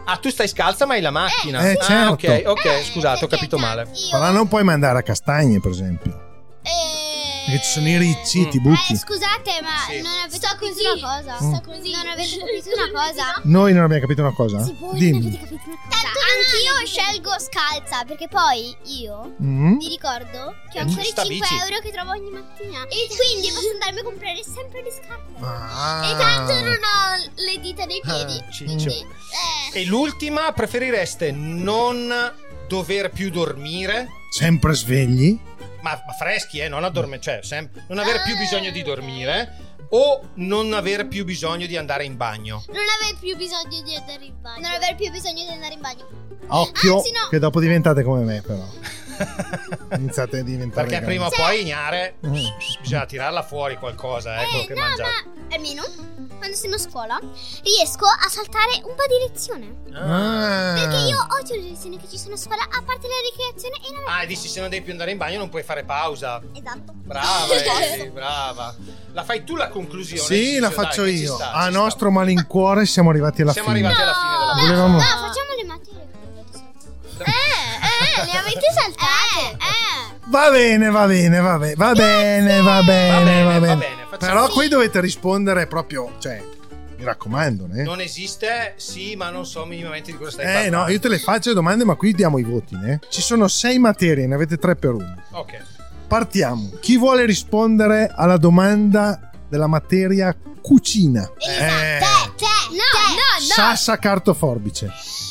Ah, tu stai scalza ma hai la macchina. Eh, ah, certo. ok, ok, scusate, ho capito male. Però non puoi mandare a Castagne, per esempio. Perché ci sono i ricci, ti butti. Eh, scusate, ma Sì. non avete capito una cosa? Mm. Sta così. Non avete capito una cosa? Noi non abbiamo capito una cosa? Sì, voi non Dimmi. avete capito una cosa. Tanto anch'io scelgo scalza, perché poi io Mm. vi ricordo che ho Eh, ancora i sta cinque bici. euro che trovo ogni mattina. E quindi posso andarmi a comprare sempre le scarpe. Ah. E tanto non ho le dita nei piedi. Ah, ciccio. quindi, eh. E l'ultima, preferireste non dover più dormire, Sempre svegli? ma, ma freschi, eh, non addorme, cioè sem- non avere più bisogno di dormire, o non avere più bisogno di andare in bagno? Non aver più bisogno di andare in bagno. Non aver più bisogno di andare in bagno. Occhio, Anzi, no. che dopo diventate come me, però. Iniziate a diventare. Perché prima o grandi. poi ignare Mm. bisogna tirarla fuori qualcosa, eh, quello che no, mangiate. ma almeno quando sono a scuola riesco a saltare un po' di lezione. Ah. Perché io odio le lezioni che ci sono a scuola, a parte la ricreazione e la Ah, e dici se non devi più andare in bagno non puoi fare pausa. Esatto. Brava, Eli, brava. La fai tu la conclusione? Sì, Ciccio? la Dai, faccio che ci io. sta, A ci sta. nostro malincuore siamo arrivati alla Siamo fine. arrivati alla fine della Volevamo- No, facciamo le materie che avete saltato. Eh, eh, le avete saltate. Eh, Va bene, va bene, va bene, va bene, va bene, bene, va va bene. bene, facciamo Però sì. qui dovete rispondere proprio, cioè, mi raccomando, eh. Non esiste, sì, ma non so minimamente di cosa stai Eh parlando. no, io te le faccio le domande, ma qui diamo i voti, né? Ci sono sei materie, ne avete tre per uno. Ok. Partiamo. Chi vuole rispondere alla domanda della materia cucina? Elisa, Eh, te, te, no, no, no. Sassa, carta, forbice.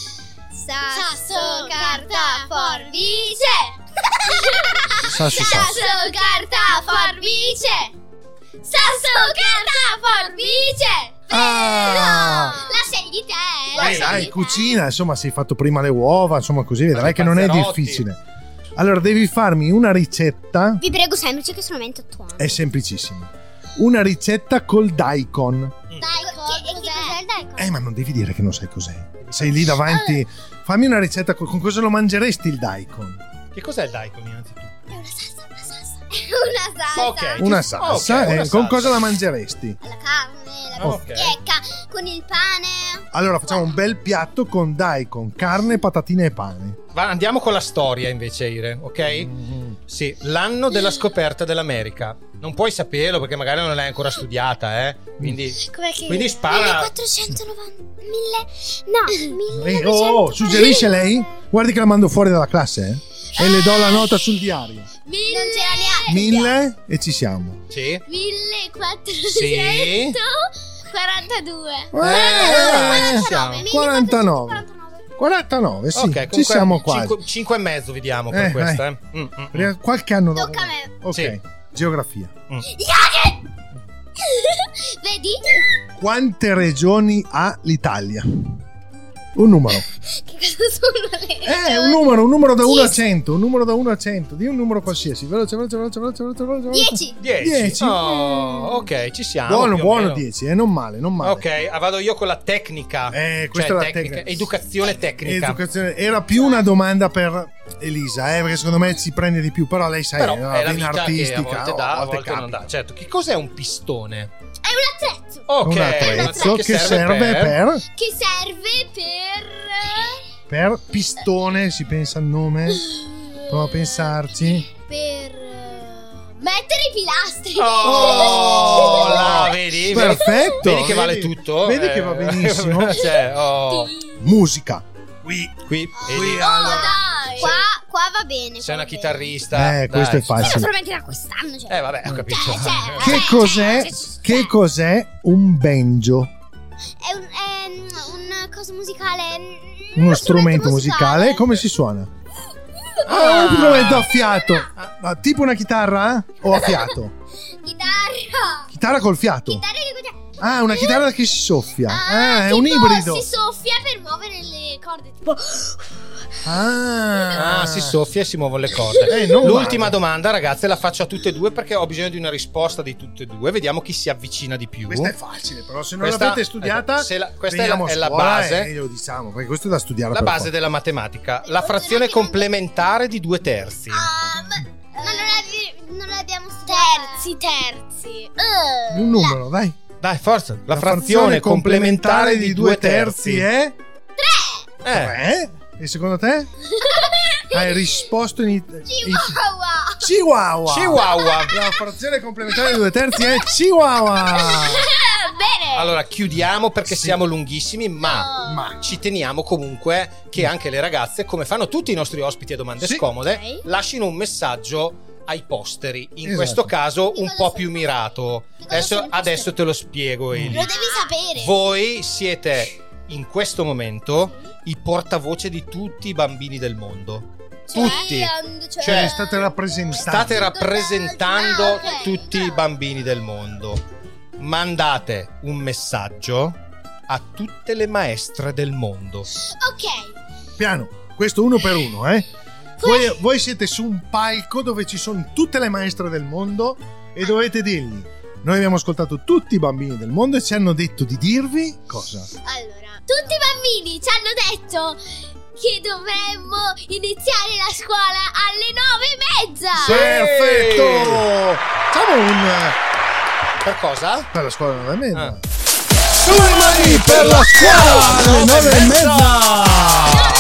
Sasso, carta, forbice. Sasso, sasso. Sasso, carta, forbice. Sasso, carta, forbice. Ah. No, la scegli te. la Dai, scegli dai, te. cucina, insomma, sei fatto prima le uova, insomma, così vedrai i che non è panzerotti. difficile. Allora, devi farmi una ricetta, Vi prego semplice che sono ventotto anni. è semplicissimo. Una ricetta col daikon. Dai, che, che cos'è il daikon? Eh, ma non devi dire che non sai cos'è. Sei lì davanti. Fammi una ricetta con, con cosa lo mangeresti il daikon? Che cos'è il daikon innanzitutto? È una salsa, una salsa. È una salsa. Ok. Una ci- salsa. ok, una eh, Con salsa. cosa la mangeresti? La carne, la Ok. bistecca, con il pane. Allora facciamo un bel piatto con daikon, carne, patatine e pane. Va, andiamo con la storia invece, Ire, ok? Mm-hmm. Sì, l'anno della scoperta dell'America. Non puoi saperlo perché magari non l'hai ancora studiata, eh? Quindi, Com'è che quindi spara. millequattrocentonovanta mille no Eh, mille oh, suggerisce lei? Guardi che la mando fuori dalla classe, eh? E le do la nota sul diario. non c'era neanche Mille e ci siamo. Sì. millequattrocentoquarantadue Eh, siamo. quarantanove. quarantanove, sì, Ok, ci comunque siamo quasi. cinque, cinque e mezzo vediamo per Eh, questa, dai. eh. Mm, mm, mm. Qualche anno dopo. Tocca a me. Ok, Sì. geografia. vedi Quante regioni ha l'Italia? Un numero. che cosa sono le Eh, un numero, un numero da uno a cento. Un numero da uno a cento. Di un numero qualsiasi. Veloce, veloce, veloce, veloce, veloce, veloce. dieci Dieci. Dieci. Oh, ok, ci siamo. Buono, più o buono meno. dieci, eh, non male, non male. Ok, ah, vado io con la tecnica. Eh, questa Cioè, è la tecnica, tecnica. educazione tecnica. Educazione. Era più una domanda per Elisa, eh, perché secondo me si prende di più. Però lei sai, Però è è una la vena vita che a artistica. volte oh, dà, a volte capita. non dà. Certo, che cos'è un pistone? è un attrezzo Ok, Un attrezzo che che serve per... per... che serve per Per pistone, si pensa al nome. Prova a pensarci. per eh, mettere i pilastri Oh, là, vedi? Perfetto. Vedi che vale Vedi- tutto? vedi Eh, che va benissimo. Cioè, oh. Musica. Qui. Qui, Qui, vedi? allora. dai qua, qua va bene Sei una qua va chitarrista. Eh, questo dai, è facile. bene. solamente da quest'anno cioè. Eh, vabbè, ho capito. Cioè, cioè, Che cioè, cos'è? cioè, cioè, Che cos'è un banjo? è un, è un cosa musicale Uno strumento musicale. Come si suona? Ah, un strumento a fiato. Ah, tipo una chitarra? O a fiato? chitarra Chitarra col fiato. chitarra che cos'è? Ah, una chitarra che si soffia. Ah, è tipo un ibrido. si soffia per muovere le corde tipo Ah, Ah, si soffia e si muovono le corde. Eh, non L'ultima male. domanda, ragazze, la faccio a tutte e due perché ho bisogno di una risposta di tutte e due. Vediamo chi si avvicina di più. Questa è facile, però se non Questa- l'avete studiata, ecco, se la- questa è la- veniamo a è la scuola base. E glielo diciamo, perché questo è da studiare La per base forza. della matematica. La frazione complementare di due terzi. ah, ma, ma non, l'abbi- non l'abbiamo studiata terzi terzi uh, Un numero, dai. Dai, forza. La, La frazione complementare di due terzi è? Eh? E secondo te? Hai risposto in it- Chihuahua. Chihuahua. Chihuahua. La frazione complementare di due terzi è Chihuahua. Bene. Allora chiudiamo perché Sì. siamo lunghissimi, ma, No. ma ci teniamo comunque che anche le ragazze, come fanno tutti i nostri ospiti a domande Sì. scomode, Ok. lasciino un messaggio ai posteri. In Esatto. questo caso Di un cosa po' sono più i mirato. Di cosa Adesso, sono i adesso posteri? te lo spiego, Eli. Lo devi sapere. Voi siete in questo momento i portavoce di tutti i bambini del mondo. Tutti. Cioè, Cioè, state rappresentando. State rappresentando Ah, ok. tutti i bambini del mondo. Mandate un messaggio a tutte le maestre del mondo. Ok. Piano, questo uno per uno, eh. Voi, voi siete su un palco dove ci sono tutte le maestre del mondo e dovete dirgli: noi abbiamo ascoltato tutti i bambini del mondo e ci hanno detto di dirvi cosa? Allora, tutti i bambini ci hanno detto che dovremmo iniziare la scuola alle nove e mezza. Perfetto! Facciamo un Per cosa? per la scuola nove e mezza. Ah. Sulle mani per la scuola alle nove e mezza.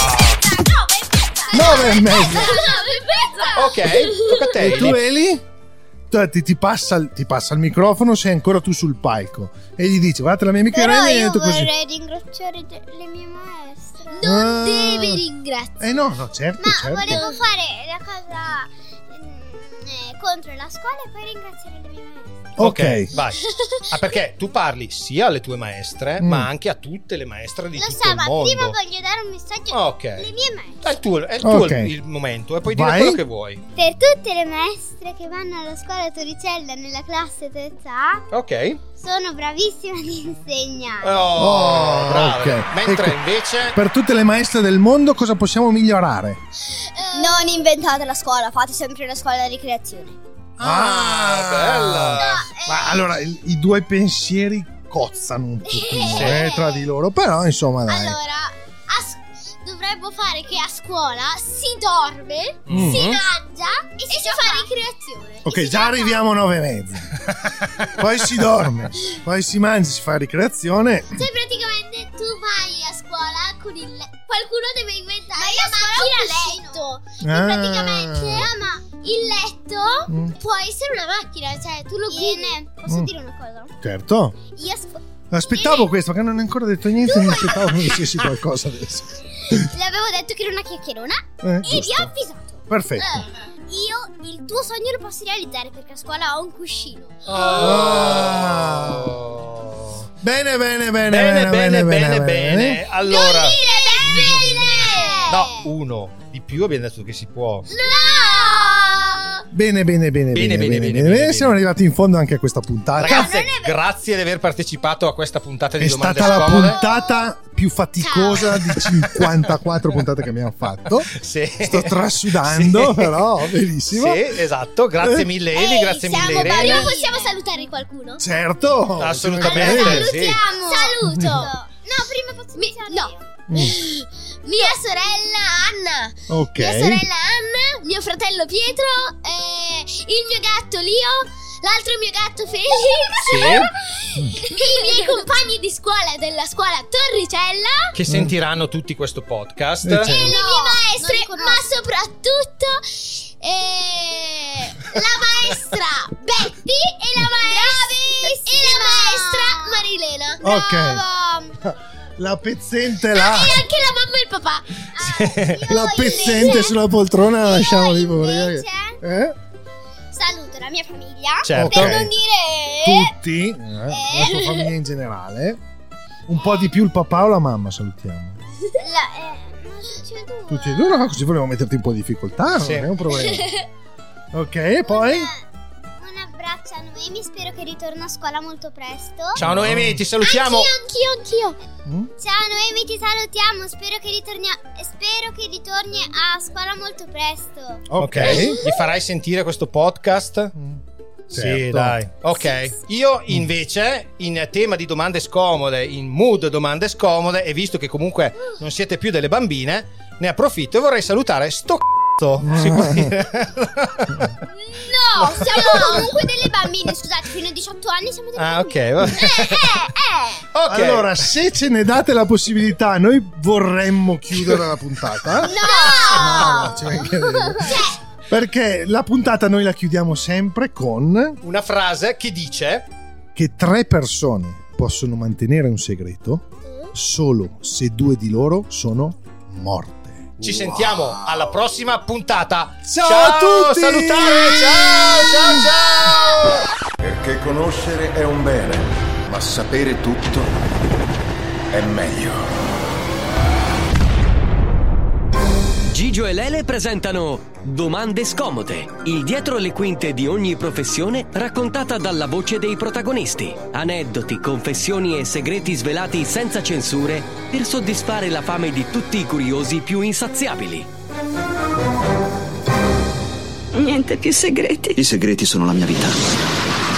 Nove e mezza. Nove e mezza. Ok, tocca a te. E tu, Eli. Eli? Tu- Ti, ti, passa, il- ti passa il microfono, sei ancora tu sul palco e gli dici: guarda, la mia amica Però Irene mi ha io detto così. vorrei ringraziare de- le mie maestre. Non Ah. devi ringraziare. Eh no, no, certo, Ma certo. volevo fare la cosa mm, eh, contro la scuola e poi ringraziare le mie maestre. Ok, vai. Ah, perché tu parli sia alle tue maestre, Mm. ma anche a tutte le maestre di Lo tutto so, il ma mondo. prima voglio dare un messaggio Ok. alle mie maestre. È il tuo, è il, tuo Ok. il, il momento e puoi dire Vai. quello che vuoi. Per tutte le maestre che vanno alla scuola Torricella nella classe terza A, Ok. sono bravissime ad insegnare. Oh, Oh, bravo. ok. Mentre Ecco. invece Per tutte le maestre del mondo cosa possiamo migliorare? Non inventate la scuola, fate sempre la scuola di ricreazione. Ah, bella. Ma allora il- i due pensieri cozzano un pochino Sì. eh, tra di loro, però insomma dai. Allora, a s- dovremmo fare che a scuola si dorme, Mhm. si mangia e, si, fa ricreazione. Ok, già arriviamo a nove e mezza. Poi si dorme, poi si mangia, si fa ricreazione. Cioè praticamente tu vai a scuola con il letto. Qualcuno deve inventare la macchina letto. E Ah. praticamente ma il letto Mm. può essere una macchina, cioè tu lo guidi. Posso Mm. dire una cosa? Certo. Io a scu- Aspettavo questo, perché non hai ancora detto niente, mi aspettavo che mi dicessi qualcosa adesso. le avevo detto che era una chiacchierona Eh, e vi giusto. ho avvisato. Perfetto. Eh, io il tuo sogno lo posso realizzare perché a scuola ho un cuscino. Oh. Bene, bene, bene, Bene, bene, bene, bene, bene. Allora, Non dire bene! no, uno di più abbiamo detto che si può. No! Bene, bene, bene, bene, bene, bene, bene. Siamo arrivati in fondo anche a questa puntata. Ragazze, grazie di aver partecipato a questa puntata di È domande stata la scomode. puntata più faticosa di cinquantaquattro puntate che abbiamo fatto. Sì. Sto trasudando, Sì. però benissimo. Sì, esatto. Grazie mille Eli, Ehi, grazie siamo mille bravi. Irene. Possiamo salutare qualcuno? Certo, Assolutamente. Allora, sì. salutiamo. Saluto. No, prima posso Mi, no. Mia sorella Anna. Ok. Mia sorella Anna, mio fratello Pietro, eh, il mio gatto Lio, l'altro mio gatto Felix. Sì. I miei compagni di scuola della scuola Torricella. Che sentiranno tutti questo podcast. Eh, certo. E le mie maestre, ma soprattutto eh, la maestra Betty e la maestra, e la maestra Marilena. Ok. Brava. La pezzente Ah, là. e anche la mamma e il papà. Ah, La io pezzente invece- sulla poltrona la lasciamo lì, invece- eh? Saluto la mia famiglia. Certo. Per Ok. non dire Tutti, eh, la tua famiglia in generale. Un po' di più il papà o la mamma salutiamo. la, eh, ma tutti e due. Tutti e due, no, così volevo metterti un po' di difficoltà, Sì. non è un problema. Ok, e poi? Un abbraccio a Noemi, spero che ritorno a scuola molto presto. Ciao Noemi, ti salutiamo. Anch'io, anch'io, anch'io. Mm? Ciao Noemi, ti salutiamo. Spero che ritorni a, spero che ritorni a scuola molto presto. Ok, gli farai sentire questo podcast? Sì, Certo. dai. Ok, io invece in tema di domande scomode, in mood domande scomode, e visto che comunque non siete più delle bambine, ne approfitto e vorrei salutare sto c***o si può dire. No, siamo comunque delle bambine. Scusate, fino a diciotto anni siamo delle Ah, bambine. ok. va- Eh, eh, eh. Ok. Allora, se ce ne date la possibilità, noi vorremmo chiudere la puntata. No! No, no, ci mancherebbe. Perché la puntata noi la chiudiamo sempre con Una frase che dice: che tre persone possono mantenere un segreto solo se due di loro sono morte. ci sentiamo alla prossima puntata. Ciao a tutti! Salutare, ciao, ciao, ciao. Perché conoscere è un bene, ma sapere tutto è meglio. Gigio e Lele presentano Domande scomode, il dietro le quinte di ogni professione raccontata dalla voce dei protagonisti. Aneddoti, confessioni e segreti svelati senza censure per soddisfare la fame di tutti i curiosi più insaziabili. Niente più segreti. I segreti sono la mia vita.